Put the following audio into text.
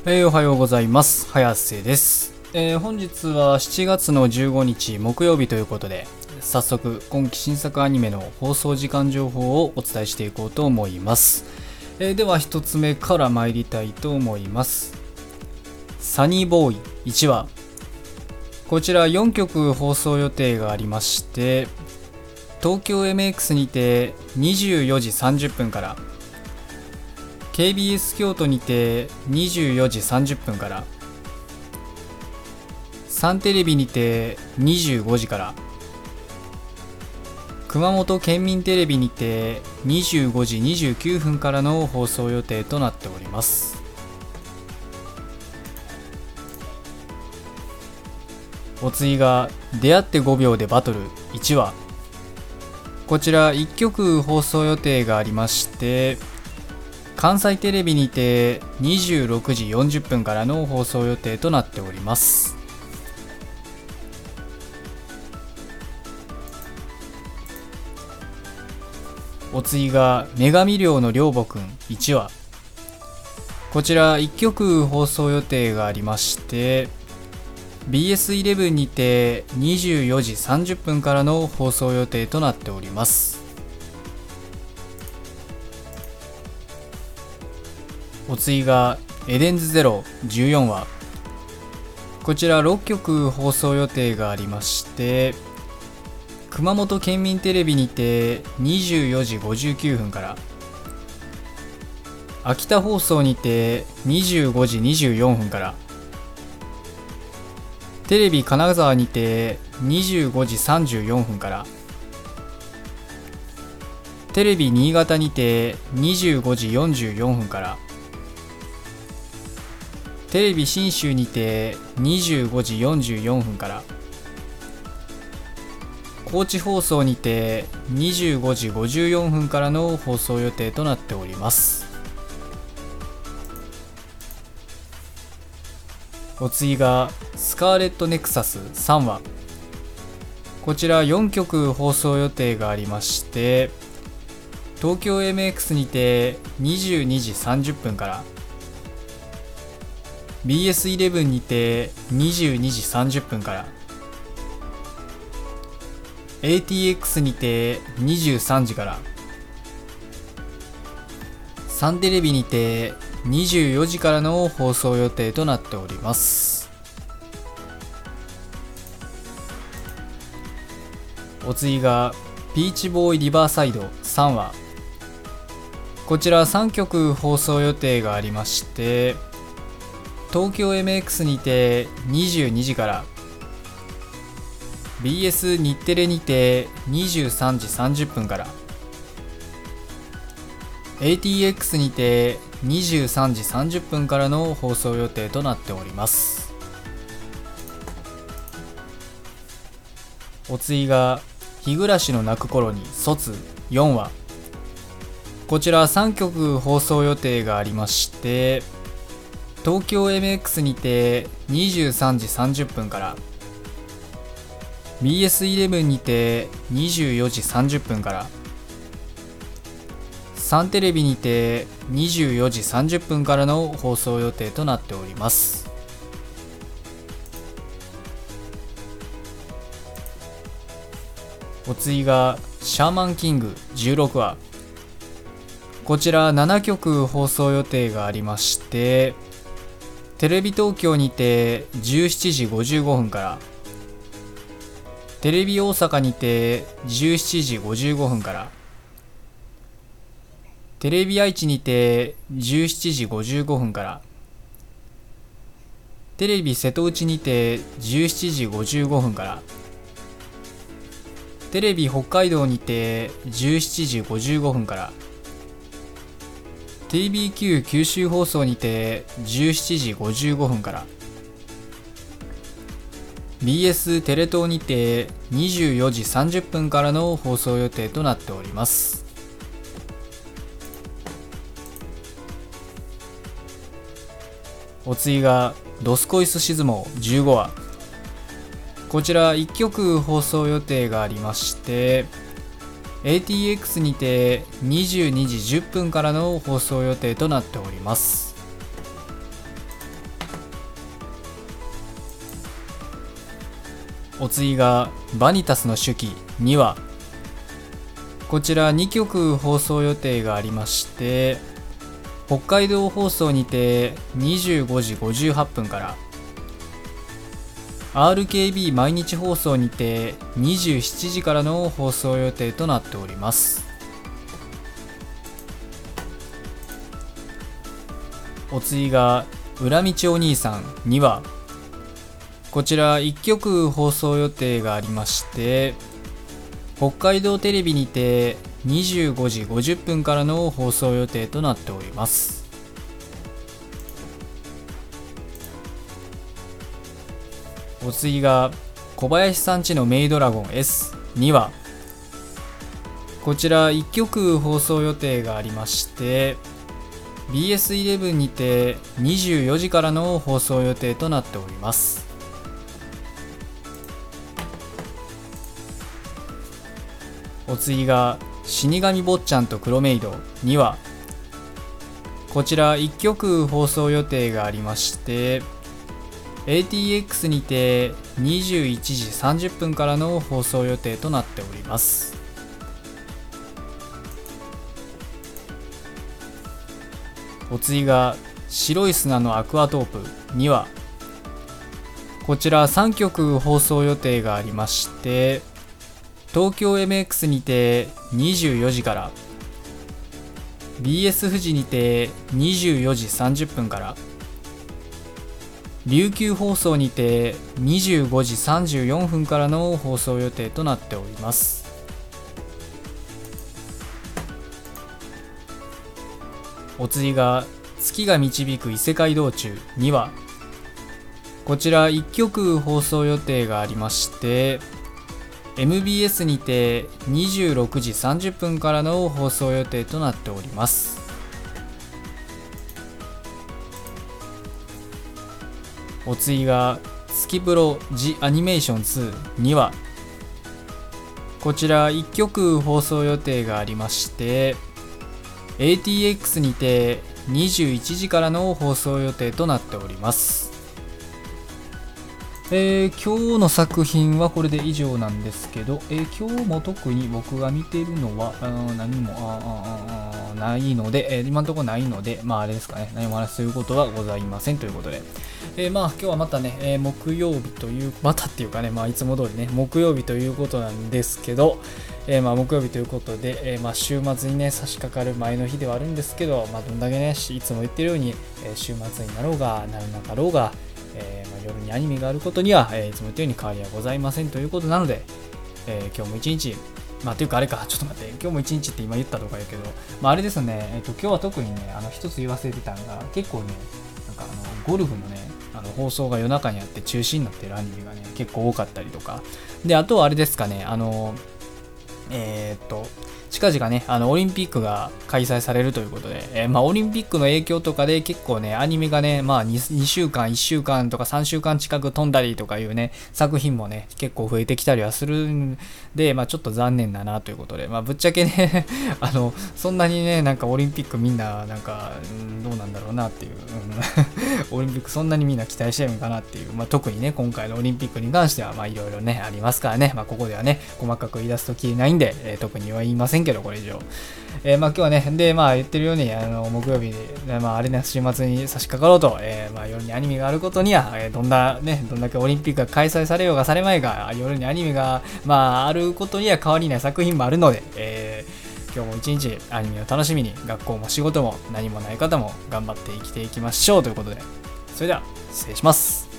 おはようございます。早瀬です。本日は7月の15日木曜日ということで、早速今期新作アニメの放送時間情報をお伝えしていこうと思います。では一つ目から参りたいと思います。サニーボーイ1話。こちら4曲放送予定がありまして、東京 MX にて24時30分から、KBS 京都にて24時30分から、サンテレビにて25時から、熊本県民テレビにて25時29分からの放送予定となっております。お次が出会って5秒でバトル1話。こちら1曲放送予定がありまして、関西テレビにて26時40分からの放送予定となっております。お次が女神寮の寮母くん1話。こちら1曲放送予定がありまして、BS11 にて24時30分からの放送予定となっております。お次がエデンズゼロ14話。こちら6曲放送予定がありまして、熊本県民テレビにて24時59分から、秋田放送にて25時24分から、テレビ金沢にて25時34分から、テレビ新潟にて25時44分から、テレビ信州にて25時44分から、高知放送にて25時54分からの放送予定となっております。お次がスカーレットネクサス3話。こちら4曲放送予定がありまして、東京 MX にて22時30分から、BS11 にて22時30分から、ATX にて23時から、サンテレビにて24時からの放送予定となっております。お次がピーチボーイリバーサイド3話。こちら3曲放送予定がありまして、東京 MX にて22時から、BS 日テレにて23時30分から、ATX にて23時30分からの放送予定となっております。お次が日暮の泣く頃に卒4話。こちら3曲放送予定がありまして、東京 MX にて23時30分から、BS11 にて24時30分から、サンテレビにて24時30分からの放送予定となっております。お次がシャーマンキング16話。こちら7曲放送予定がありまして、テレビ東京にて17時55分から、テレビ大阪にて17時55分から、テレビ愛知にて17時55分から、テレビ瀬戸内にて17時55分から、テレビ北海道にて17時55分から、TBQ 九州放送にて17時55分から、BS テレ東にて24時30分からの放送予定となっております。お次がドスコイスシズモ15話。こちら1曲放送予定がありまして、ATX にて22時10分からの放送予定となっております。 お次がバニタスの手記2話。こちら2曲放送予定がありまして、北海道放送にて25時58分から、RKB 毎日放送にて27時からの放送予定となっております。お次が裏道お兄さん2話。こちら1曲放送予定がありまして、北海道テレビにて25時50分からの放送予定となっております。お次が小林さんちのメイドラゴン S2 話。こちら1曲放送予定がありまして、BS11 にて24時からの放送予定となっております。お次が死神坊ちゃんと黒メイド2話。こちら1曲放送予定がありまして、ATX にて21時30分からの放送予定となっております。お次が白い砂のアクアトープ2話。こちら3曲放送予定がありまして、東京 MX にて24時から、BS 富士にて24時30分から、琉球放送にて25時34分からの放送予定となっております。お次が月が導く異世界道中2話。こちら1曲放送予定がありまして、MBS にて26時30分からの放送予定となっております。お次が月プロジアニメーション2話。こちら1曲放送予定がありまして、ATX にて21時からの放送予定となっております。今日の作品はこれで以上なんですけど、今日も特に僕が見てるのは何もないので、今のところないので、あれですかね、何も話すことはございませんということで、今日はまたね、木曜日という、またっていうかね、いつも通りね、木曜日ということなんですけど、木曜日ということで、週末にね、差し掛かる前の日ではあるんですけど、どんだけね、いつも言ってるように、週末になろうが、ならなかろうが、夜にアニメがあることには、いつも言ったように変わりはございませんということなので、今日も一日、というかあれか、ちょっと待って、今日も一日って今言ったとかやけど、あれですね、今日は特にね、一つ言わせてたのが、結構ね、ゴルフのね、放送が夜中にあって中止になってるアニメがね、結構多かったりとか、で、あとはあれですかね、近々ね、オリンピックが開催されるということで、オリンピックの影響とかで結構ね、アニメがね、2週間、1週間とか3週間近く飛んだりとかいうね、作品もね、結構増えてきたりはするんで、ちょっと残念だなということで、ぶっちゃけね、そんなにね、オリンピックみんな、どうなんだろうなっていう、オリンピックそんなにみんな期待してるのかなっていう、特にね、今回のオリンピックに関しては、いろいろね、ありますからね、ここではね、細かく言い出すときりないんで、特には言いませんけど、これ以上。今日はね、で、言ってるように、木曜日に、あれね、週末に差し掛かろうと、夜にアニメがあることには、どんだけオリンピックが開催されようがされまいが、夜にアニメが、あることには変わりない作品もあるので、今日も一日アニメを楽しみに、学校も仕事も何もない方も頑張って生きていきましょうということで、それでは、失礼します。